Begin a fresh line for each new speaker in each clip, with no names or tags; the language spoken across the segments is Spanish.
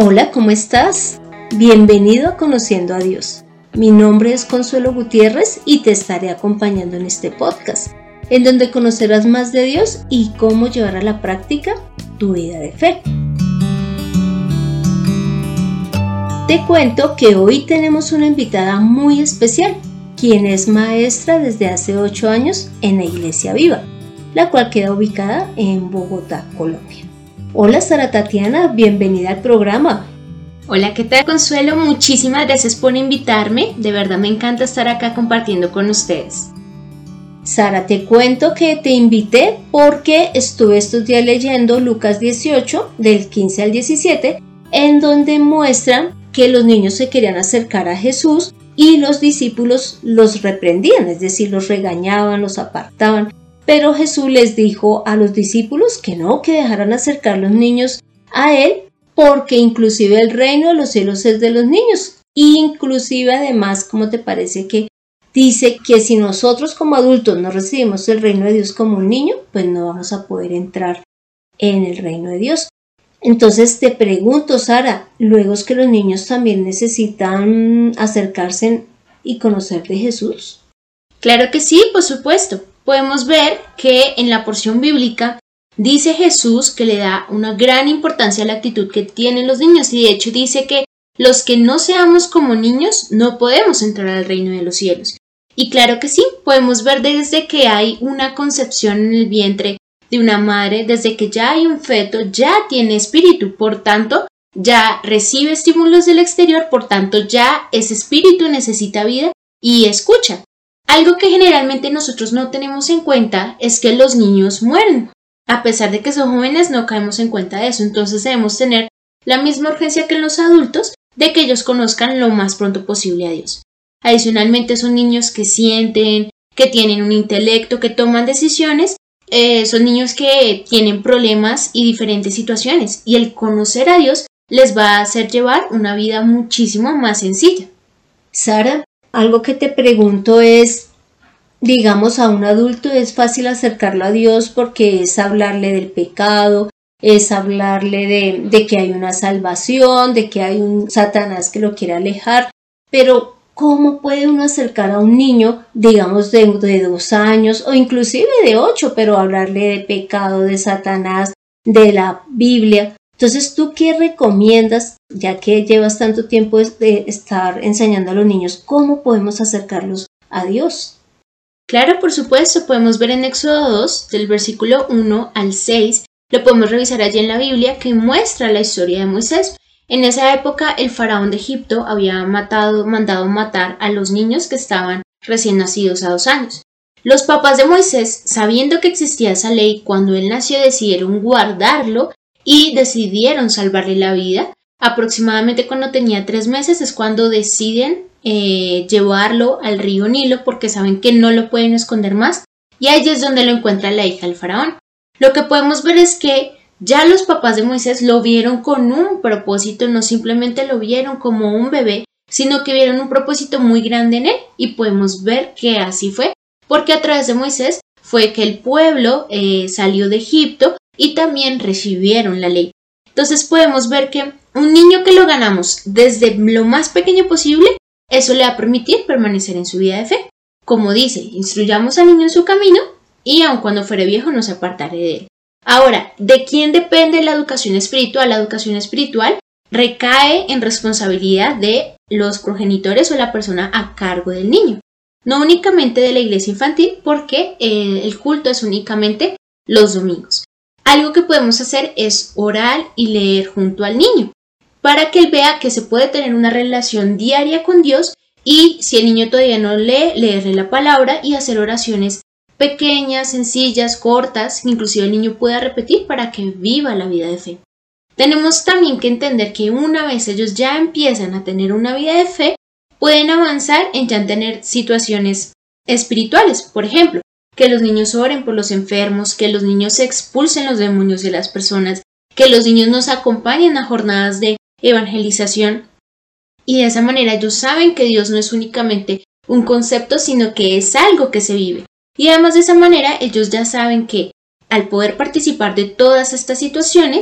Hola, ¿cómo estás? Bienvenido a Conociendo a Dios. Mi nombre es Consuelo Gutiérrez y te estaré acompañando en este podcast, en donde conocerás más de Dios y cómo llevar a la práctica tu vida de fe. Te cuento que hoy tenemos una invitada muy especial, quien es maestra desde hace 8 años en la Iglesia Viva, la cual queda ubicada en Bogotá, Colombia. Hola Sara Tatiana, bienvenida al programa.
Hola, ¿qué tal, Consuelo? Muchísimas gracias por invitarme, de verdad me encanta estar acá compartiendo con ustedes.
Sara, te cuento que te invité porque estuve estos días leyendo Lucas 18, del 15 al 17, en donde muestran que los niños se querían acercar a Jesús y los discípulos los reprendían, es decir, los regañaban, los apartaban. Pero Jesús les dijo a los discípulos que no, que dejaran acercar los niños a Él, porque inclusive el reino de los cielos es de los niños. Inclusive además, ¿cómo te parece que dice que si nosotros como adultos no recibimos el reino de Dios como un niño, pues no vamos a poder entrar en el reino de Dios? Entonces te pregunto, Sara, luego es que los niños también necesitan acercarse y conocer de Jesús.
Claro que sí, por supuesto. Podemos ver que en la porción bíblica dice Jesús que le da una gran importancia a la actitud que tienen los niños y de hecho dice que los que no seamos como niños no podemos entrar al reino de los cielos. Y claro que sí, podemos ver desde que hay una concepción en el vientre de una madre, desde que ya hay un feto, ya tiene espíritu, por tanto, ya recibe estímulos del exterior, por tanto, ya ese espíritu necesita vida y escucha. Algo que generalmente nosotros no tenemos en cuenta es que los niños mueren. A pesar de que son jóvenes, no caemos en cuenta de eso. Entonces debemos tener la misma urgencia que los adultos de que ellos conozcan lo más pronto posible a Dios. Adicionalmente son niños que sienten, que tienen un intelecto, que toman decisiones. Son niños que tienen problemas y diferentes situaciones. Y el conocer a Dios les va a hacer llevar una vida muchísimo más sencilla.
Sara, algo que te pregunto es, digamos, a un adulto es fácil acercarlo a Dios porque es hablarle del pecado, es hablarle de que hay una salvación, de que hay un Satanás que lo quiere alejar, pero ¿cómo puede uno acercar a un niño, digamos, de 2 años o inclusive de 8, pero hablarle de pecado, de Satanás, de la Biblia? Entonces, ¿tú qué recomiendas, ya que llevas tanto tiempo de estar enseñando a los niños, cómo podemos acercarlos a Dios?
Claro, por supuesto, podemos ver en Éxodo 2, del versículo 1 al 6, lo podemos revisar allí en la Biblia, que muestra la historia de Moisés. En esa época, el faraón de Egipto había mandado matar a los niños que estaban recién nacidos a 2 años. Los papás de Moisés, sabiendo que existía esa ley, cuando él nació decidieron guardarlo y decidieron salvarle la vida. Aproximadamente cuando tenía 3 meses es cuando deciden llevarlo al río Nilo porque saben que no lo pueden esconder más y ahí es donde lo encuentra la hija del faraón. Lo que podemos ver es que ya los papás de Moisés lo vieron con un propósito, no simplemente lo vieron como un bebé, sino que vieron un propósito muy grande en él y podemos ver que así fue, porque a través de Moisés fue que el pueblo salió de Egipto y también recibieron la ley. Entonces podemos ver que un niño que lo ganamos desde lo más pequeño posible, eso le va a permitir permanecer en su vida de fe. Como dice, instruyamos al niño en su camino y aun cuando fuere viejo no se apartaré de él. Ahora, ¿de quién depende la educación espiritual? La educación espiritual recae en responsabilidad de los progenitores o la persona a cargo del niño. No únicamente de la iglesia infantil porque el culto es únicamente los domingos. Algo que podemos hacer es orar y leer junto al niño para que él vea que se puede tener una relación diaria con Dios y si el niño todavía no lee, leerle la palabra y hacer oraciones pequeñas, sencillas, cortas, que inclusive el niño pueda repetir para que viva la vida de fe. Tenemos también que entender que una vez ellos ya empiezan a tener una vida de fe, pueden avanzar en ya tener situaciones espirituales, por ejemplo, que los niños oren por los enfermos, que los niños expulsen los demonios de las personas, que los niños nos acompañen a jornadas de evangelización y de esa manera ellos saben que Dios no es únicamente un concepto, sino que es algo que se vive. Y además de esa manera ellos ya saben que al poder participar de todas estas situaciones,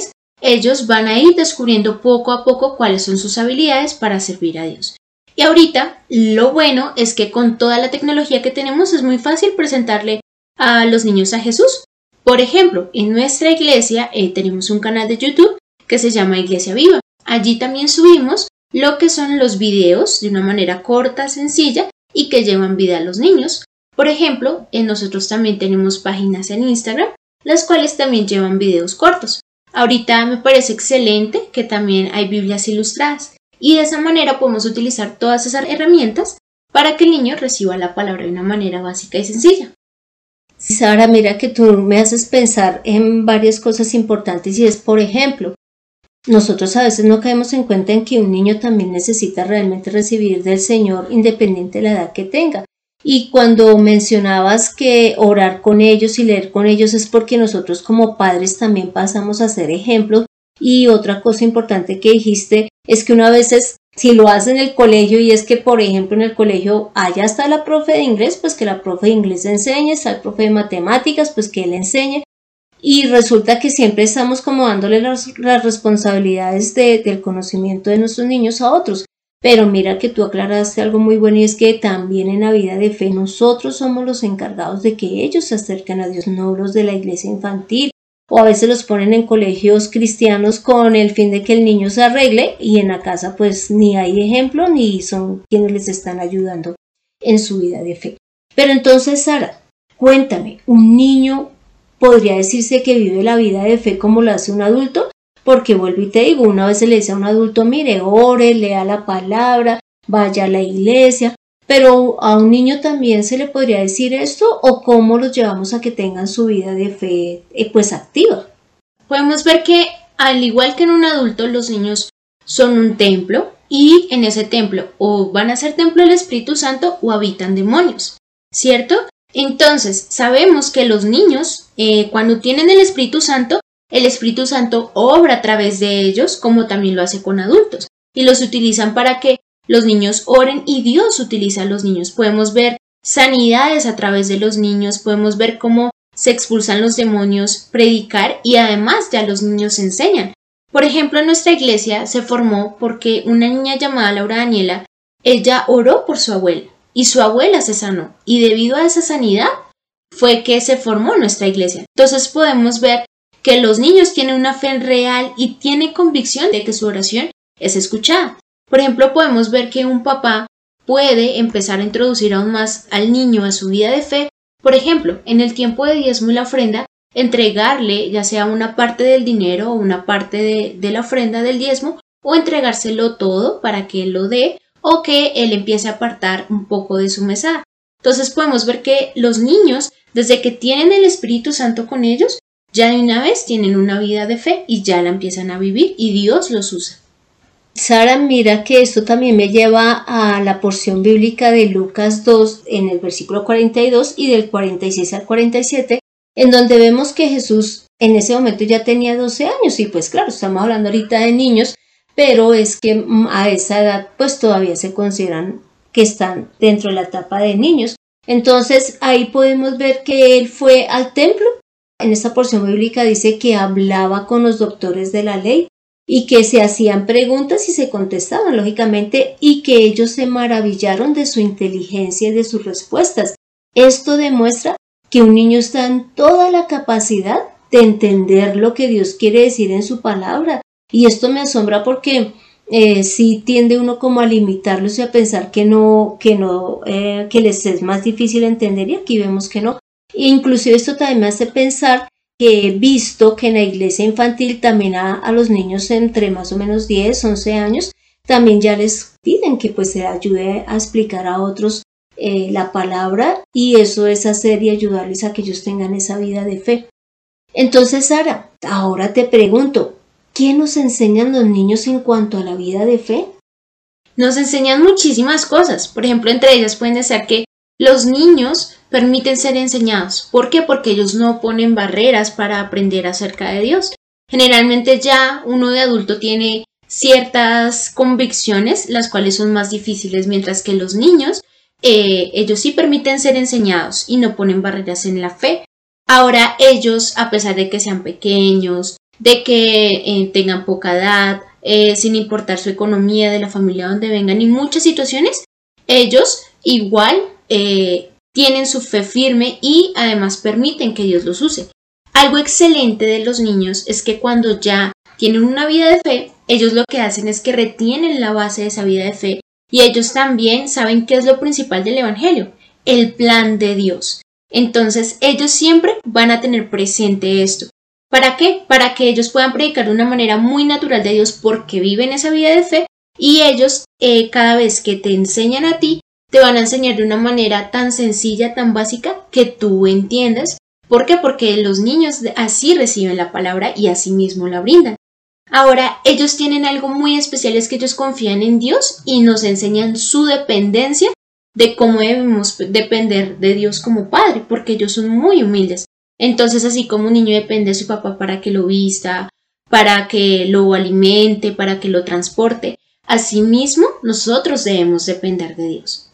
ellos van a ir descubriendo poco a poco cuáles son sus habilidades para servir a Dios. Y ahorita lo bueno es que con toda la tecnología que tenemos es muy fácil presentarle a los niños a Jesús. Por ejemplo, en nuestra iglesia tenemos un canal de YouTube que se llama Iglesia Viva. Allí también subimos lo que son los videos de una manera corta, sencilla y que llevan vida a los niños. Por ejemplo, nosotros también tenemos páginas en Instagram, las cuales también llevan videos cortos. Ahorita me parece excelente que también hay Biblias ilustradas y de esa manera podemos utilizar todas esas herramientas para que el niño reciba la palabra de una manera básica y sencilla.
Sara, mira que tú me haces pensar en varias cosas importantes y es, por ejemplo, nosotros a veces no caemos en cuenta en que un niño también necesita realmente recibir del Señor independiente de la edad que tenga. Y cuando mencionabas que orar con ellos y leer con ellos es porque nosotros como padres también pasamos a ser ejemplos. Y otra cosa importante que dijiste es que una vez si lo hace en el colegio y es que por ejemplo en el colegio allá está la profe de inglés, pues que la profe de inglés enseñe, está el profe de matemáticas, pues que él enseñe. Y resulta que siempre estamos como dándole las responsabilidades del conocimiento de nuestros niños a otros. Pero mira que tú aclaraste algo muy bueno y es que también en la vida de fe nosotros somos los encargados de que ellos se acerquen a Dios, no los de la iglesia infantil. O a veces los ponen en colegios cristianos con el fin de que el niño se arregle y en la casa pues ni hay ejemplo ni son quienes les están ayudando en su vida de fe. Pero entonces, Sara, cuéntame, ¿un niño podría decirse que vive la vida de fe como lo hace un adulto? Porque vuelvo y te digo, una vez se le dice a un adulto, mire, ore, lea la palabra, vaya a la iglesia, pero a un niño también se le podría decir esto, o cómo los llevamos a que tengan su vida de fe pues activa.
Podemos ver que al igual que en un adulto, los niños son un templo y en ese templo o van a ser templo del Espíritu Santo o habitan demonios, ¿cierto? Entonces sabemos que los niños cuando tienen el Espíritu Santo obra a través de ellos como también lo hace con adultos y los utilizan para que los niños oren y Dios utiliza a los niños. Podemos ver sanidades a través de los niños, podemos ver cómo se expulsan los demonios, predicar y además ya los niños enseñan. Por ejemplo, en nuestra iglesia se formó porque una niña llamada Laura Daniela, ella oró por su abuela y su abuela se sanó y debido a esa sanidad fue que se formó nuestra iglesia. Entonces podemos ver que los niños tienen una fe real y tienen convicción de que su oración es escuchada. Por ejemplo, podemos ver que un papá puede empezar a introducir aún más al niño a su vida de fe. Por ejemplo, en el tiempo de diezmo y la ofrenda, entregarle ya sea una parte del dinero o una parte de la ofrenda del diezmo o entregárselo todo para que él lo dé o que él empiece a apartar un poco de su mesada. Entonces podemos ver que los niños, desde que tienen el Espíritu Santo con ellos, ya de una vez tienen una vida de fe y ya la empiezan a vivir y Dios los usa.
Sara, mira que esto también me lleva a la porción bíblica de Lucas 2 en el versículo 42 y del 46 al 47, en donde vemos que Jesús en ese momento ya tenía 12 años y pues claro, estamos hablando ahorita de niños, pero es que a esa edad pues todavía se consideran que están dentro de la etapa de niños. Entonces ahí podemos ver que él fue al templo. En esta porción bíblica dice que hablaba con los doctores de la ley y que se hacían preguntas y se contestaban, lógicamente, y que ellos se maravillaron de su inteligencia y de sus respuestas. Esto demuestra que un niño está en toda la capacidad de entender lo que Dios quiere decir en su palabra. Y esto me asombra porque sí tiende uno como a limitarlos y a pensar que les es más difícil entender y aquí vemos que no. E inclusive esto también me hace pensar que he visto que en la iglesia infantil también a los niños entre más o menos 10, 11 años también ya les piden que pues se ayude a explicar a otros la palabra y eso es hacer y ayudarles a que ellos tengan esa vida de fe. Entonces, Sara, ahora te pregunto, ¿qué nos enseñan los niños en cuanto a la vida de fe?
Nos enseñan muchísimas cosas. Por ejemplo, entre ellas pueden decir que los niños permiten ser enseñados. ¿Por qué? Porque ellos no ponen barreras para aprender acerca de Dios. Generalmente ya uno de adulto tiene ciertas convicciones, las cuales son más difíciles, mientras que los niños, ellos sí permiten ser enseñados y no ponen barreras en la fe. Ahora ellos, a pesar de que sean pequeños, de que tengan poca edad, sin importar su economía, de la familia donde vengan y muchas situaciones, ellos igual tienen su fe firme y además permiten que Dios los use. Algo excelente de los niños es que cuando ya tienen una vida de fe, ellos lo que hacen es que retienen la base de esa vida de fe y ellos también saben qué es lo principal del Evangelio, el plan de Dios. Entonces ellos siempre van a tener presente esto. ¿Para qué? Para que ellos puedan predicar de una manera muy natural de Dios porque viven esa vida de fe y ellos cada vez que te enseñan a ti, te van a enseñar de una manera tan sencilla, tan básica que tú entiendas. ¿Por qué? Porque los niños así reciben la palabra y así mismo la brindan. Ahora, ellos tienen algo muy especial, es que ellos confían en Dios y nos enseñan su dependencia de cómo debemos depender de Dios como padre, porque ellos son muy humildes. Entonces, así como un niño depende de su papá para que lo vista, para que lo alimente, para que lo transporte, asimismo nosotros debemos depender de Dios.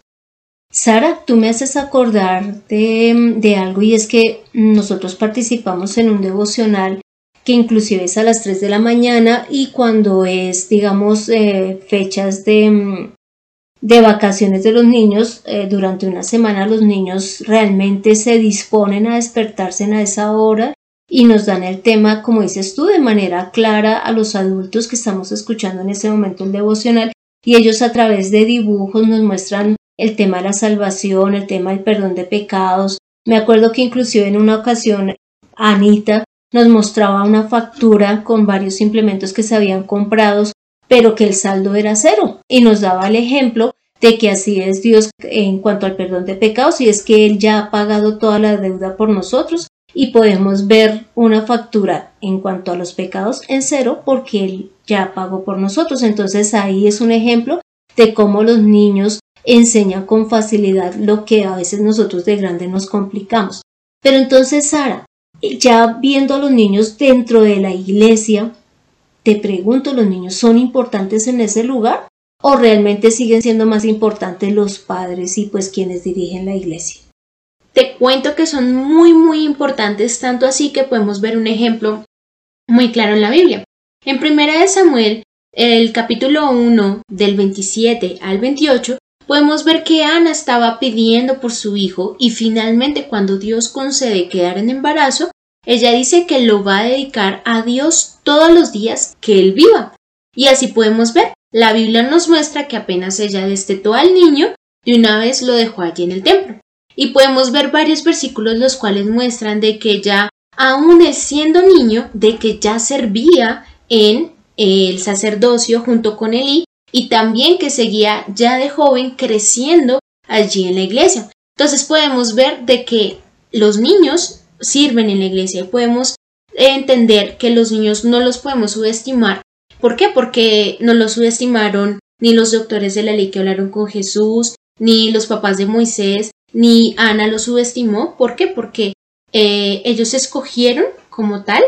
Sara, tú me haces acordar de algo y es que nosotros participamos en un devocional que inclusive es a las 3 de la mañana y cuando es, digamos, fechas de vacaciones de los niños, durante una semana los niños realmente se disponen a despertarse a esa hora y nos dan el tema, como dices tú, de manera clara a los adultos que estamos escuchando en ese momento el devocional y ellos a través de dibujos nos muestran el tema de la salvación, el tema del perdón de pecados. Me acuerdo que inclusive en una ocasión Anita nos mostraba una factura con varios implementos que se habían comprado, pero que el saldo era 0 y nos daba el ejemplo de que así es Dios en cuanto al perdón de pecados y es que Él ya ha pagado toda la deuda por nosotros y podemos ver una factura en cuanto a los pecados en 0 porque Él ya pagó por nosotros. Entonces ahí es un ejemplo de cómo los niños enseñan con facilidad lo que a veces nosotros de grande nos complicamos. Pero entonces, Sara, ya viendo a los niños dentro de la iglesia, te pregunto, ¿los niños son importantes en ese lugar? ¿O realmente siguen siendo más importantes los padres y pues quienes dirigen la iglesia?
Te cuento que son muy importantes, tanto así que podemos ver un ejemplo muy claro en la Biblia. En 1 Samuel, el capítulo 1, del 27 al 28, podemos ver que Ana estaba pidiendo por su hijo y finalmente cuando Dios concede quedar en embarazo, ella dice que lo va a dedicar a Dios todos los días que él viva. Y así podemos ver, la Biblia nos muestra que apenas ella destetó al niño, de una vez lo dejó allí en el templo. Y podemos ver varios versículos los cuales muestran de que ya, aún siendo niño, de que ya servía en el sacerdocio junto con Elí y también que seguía ya de joven creciendo allí en la iglesia. Entonces podemos ver de que los niños sirven en la iglesia y podemos entender que los niños no los podemos subestimar. ¿Por qué? Porque no los subestimaron ni los doctores de la ley que hablaron con Jesús, ni los papás de Moisés, ni Ana los subestimó. ¿Por qué? Porque ellos escogieron como tal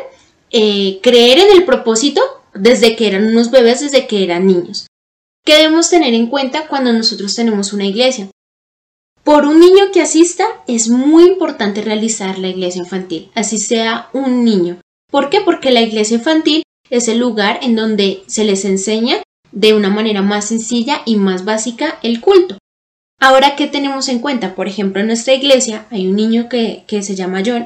creer en el propósito desde que eran unos bebés, desde que eran niños. ¿Qué debemos tener en cuenta cuando nosotros tenemos una iglesia? Por un niño que asista es muy importante realizar la iglesia infantil, así sea un niño. ¿Por qué? Porque la iglesia infantil es el lugar en donde se les enseña de una manera más sencilla y más básica el culto. Ahora, ¿qué tenemos en cuenta? Por ejemplo, en nuestra iglesia hay un niño que se llama John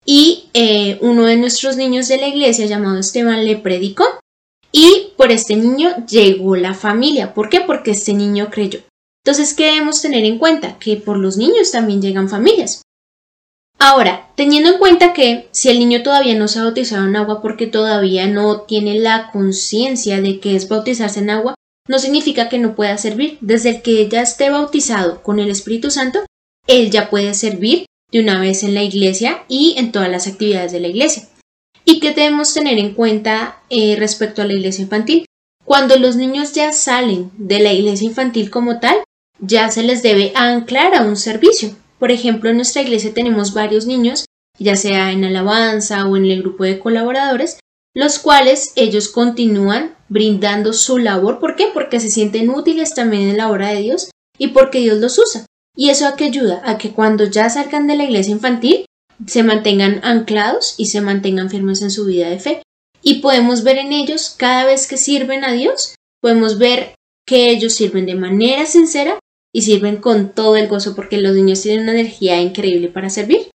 y uno de nuestros niños de la iglesia llamado Esteban le predicó y por este niño llegó la familia. ¿Por qué? Porque este niño creyó. Entonces, ¿qué debemos tener en cuenta? Que por los niños también llegan familias. Ahora, teniendo en cuenta que si el niño todavía no se ha bautizado en agua porque todavía no tiene la conciencia de que es bautizarse en agua, no significa que no pueda servir. Desde el que ya esté bautizado con el Espíritu Santo, él ya puede servir de una vez en la iglesia y en todas las actividades de la iglesia. ¿Y qué debemos tener en cuenta respecto a la iglesia infantil? Cuando los niños ya salen de la iglesia infantil como tal, ya se les debe anclar a un servicio. Por ejemplo, en nuestra iglesia tenemos varios niños, ya sea en alabanza o en el grupo de colaboradores, los cuales ellos continúan brindando su labor. ¿Por qué? Porque se sienten útiles también en la obra de Dios y porque Dios los usa. ¿Y eso a qué ayuda? A que cuando ya salgan de la iglesia infantil se mantengan anclados y se mantengan firmes en su vida de fe. y podemos ver en ellos, cada vez que sirven a Dios, podemos ver que ellos sirven de manera sincera y sirven con todo el gozo, porque los niños tienen una energía increíble para servir.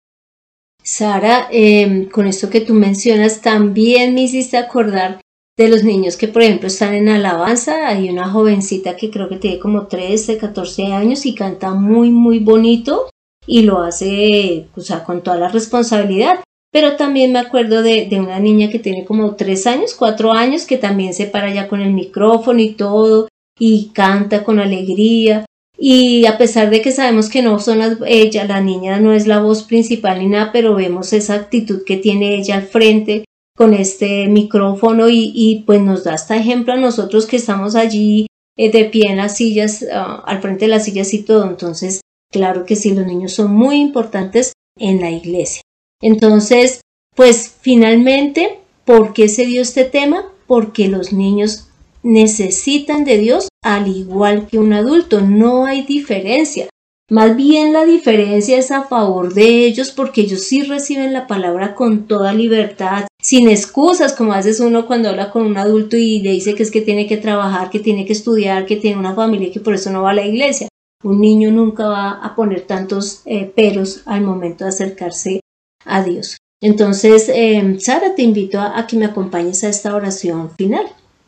Sara, con esto que tú mencionas, también me hiciste acordar de los niños que, por ejemplo, están en alabanza. Hay una jovencita que creo que tiene como 13, 14 años y canta muy, muy bonito y lo hace, o sea, con toda la responsabilidad. Pero también me acuerdo de una niña que tiene como 3 años, 4 años, que también se para ya con el micrófono y todo y canta con alegría. Y a pesar de que sabemos que no son ella, la niña no es la voz principal ni nada, pero vemos esa actitud que tiene ella al frente con este micrófono y pues nos da este ejemplo a nosotros que estamos allí de pie en las sillas, al frente de las sillas y todo. Entonces, claro que sí, los niños son muy importantes en la iglesia. Entonces, pues finalmente, ¿por qué se dio este tema? Porque los niños necesitan de Dios al igual que un adulto, no hay diferencia. Más bien la diferencia es a favor de ellos porque ellos sí reciben la palabra con toda libertad, sin excusas, como haces uno cuando habla con un adulto y le dice que es que tiene que trabajar, que tiene que estudiar, que tiene una familia y que por eso no va a la iglesia. Un niño nunca va a poner tantos peros al momento de acercarse a Dios. Entonces, Sara, te invito a que me acompañes a esta oración final.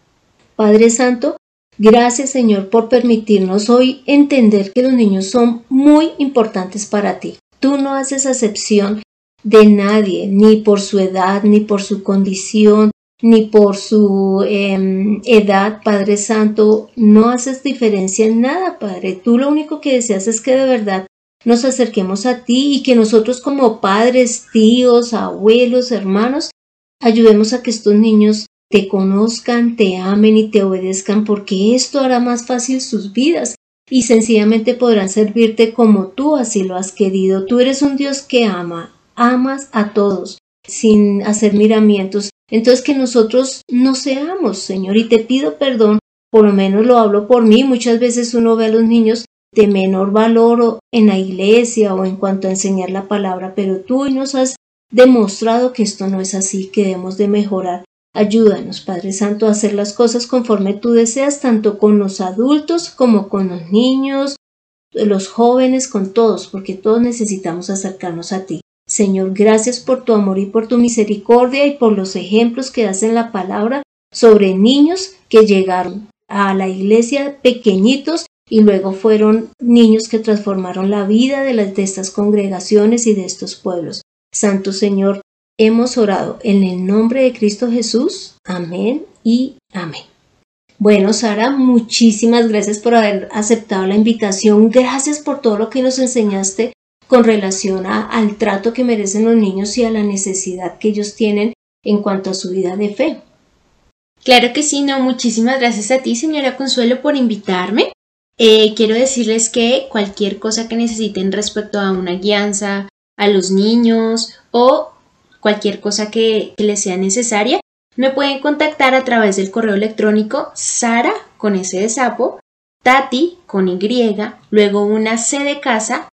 Padre Santo, gracias Señor por permitirnos hoy entender que los niños son muy importantes para ti. Tú no haces acepción de nadie, ni por su edad, ni por su condición, ni por su edad, Padre Santo. No haces diferencia en nada, Padre. Tú lo único que deseas es que de verdad nos acerquemos a ti y que nosotros como padres, tíos, abuelos, hermanos, ayudemos a que estos niños te conozcan, te amen y te obedezcan, porque esto hará más fácil sus vidas y sencillamente podrán servirte como tú así lo has querido. Tú eres un Dios que amas a todos sin hacer miramientos. Entonces que nosotros no seamos, Señor, y te pido perdón, por lo menos lo hablo por mí. Muchas veces uno ve a los niños de menor valor en la iglesia o en cuanto a enseñar la palabra, pero tú hoy nos has demostrado que esto no es así, que debemos de mejorar. Ayúdanos, Padre Santo, a hacer las cosas conforme tú deseas, tanto con los adultos como con los niños, los jóvenes, con todos, porque todos necesitamos acercarnos a ti. Señor, gracias por tu amor y por tu misericordia y por los ejemplos que das en la palabra sobre niños que llegaron a la iglesia pequeñitos y luego fueron niños que transformaron la vida de estas congregaciones y de estos pueblos. Santo Señor, hemos orado en el nombre de Cristo Jesús. Amén y amén. Bueno, Sara, muchísimas gracias por haber aceptado la invitación. Gracias por todo lo que nos enseñaste con relación al trato que merecen los niños y a la necesidad que ellos tienen en cuanto a su vida de fe.
Claro que sí, no, muchísimas gracias a ti, señora Consuelo, por invitarme. Quiero decirles que cualquier cosa que necesiten respecto a una guianza a los niños o cualquier cosa que les sea necesaria, me pueden contactar a través del correo electrónico Sara con S de sapo, Tati con Y, luego una C de casa,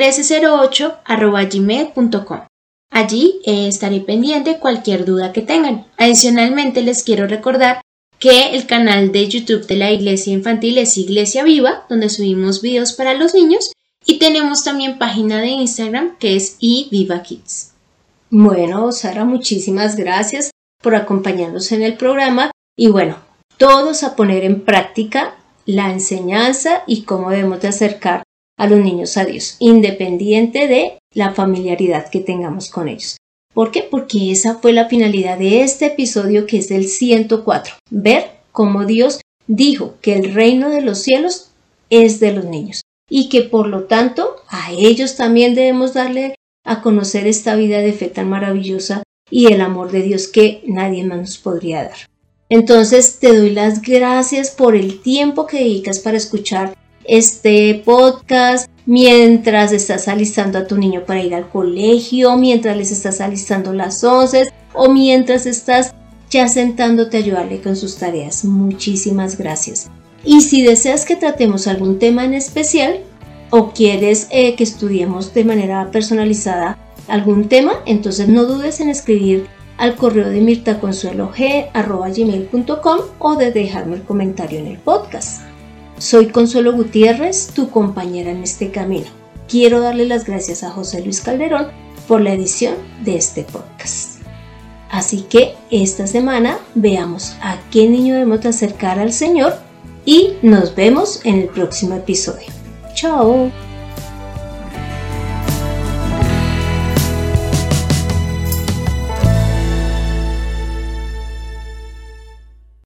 1308@gmail.com. Allí estaré pendiente de cualquier duda que tengan. Adicionalmente les quiero recordar que el canal de YouTube de la Iglesia Infantil es Iglesia Viva, donde subimos videos para los niños, y tenemos también página de Instagram que es iVivaKids.
Bueno, Sara, muchísimas gracias por acompañarnos en el programa y bueno, todos a poner en práctica la enseñanza y cómo debemos de acercar a los niños a Dios, independiente de la familiaridad que tengamos con ellos. ¿Por qué? Porque esa fue la finalidad de este episodio, que es el 104, ver cómo Dios dijo que el reino de los cielos es de los niños y que por lo tanto a ellos también debemos darle a conocer esta vida de fe tan maravillosa y el amor de Dios que nadie más nos podría dar. Entonces te doy las gracias por el tiempo que dedicas para escuchar este podcast, mientras estás alistando a tu niño para ir al colegio, mientras les estás alistando las once o mientras estás ya sentándote a ayudarle con sus tareas. Muchísimas gracias. Y si deseas que tratemos algún tema en especial o quieres que estudiemos de manera personalizada algún tema, entonces no dudes en escribir al correo de mirtaconsuelog@gmail.com o de dejarme el comentario en el podcast. Soy Consuelo Gutiérrez, tu compañera en este camino. Quiero darle las gracias a José Luis Calderón por la edición de este podcast. Así que esta semana veamos a qué niño debemos acercar al Señor y nos vemos en el próximo episodio. ¡Chao!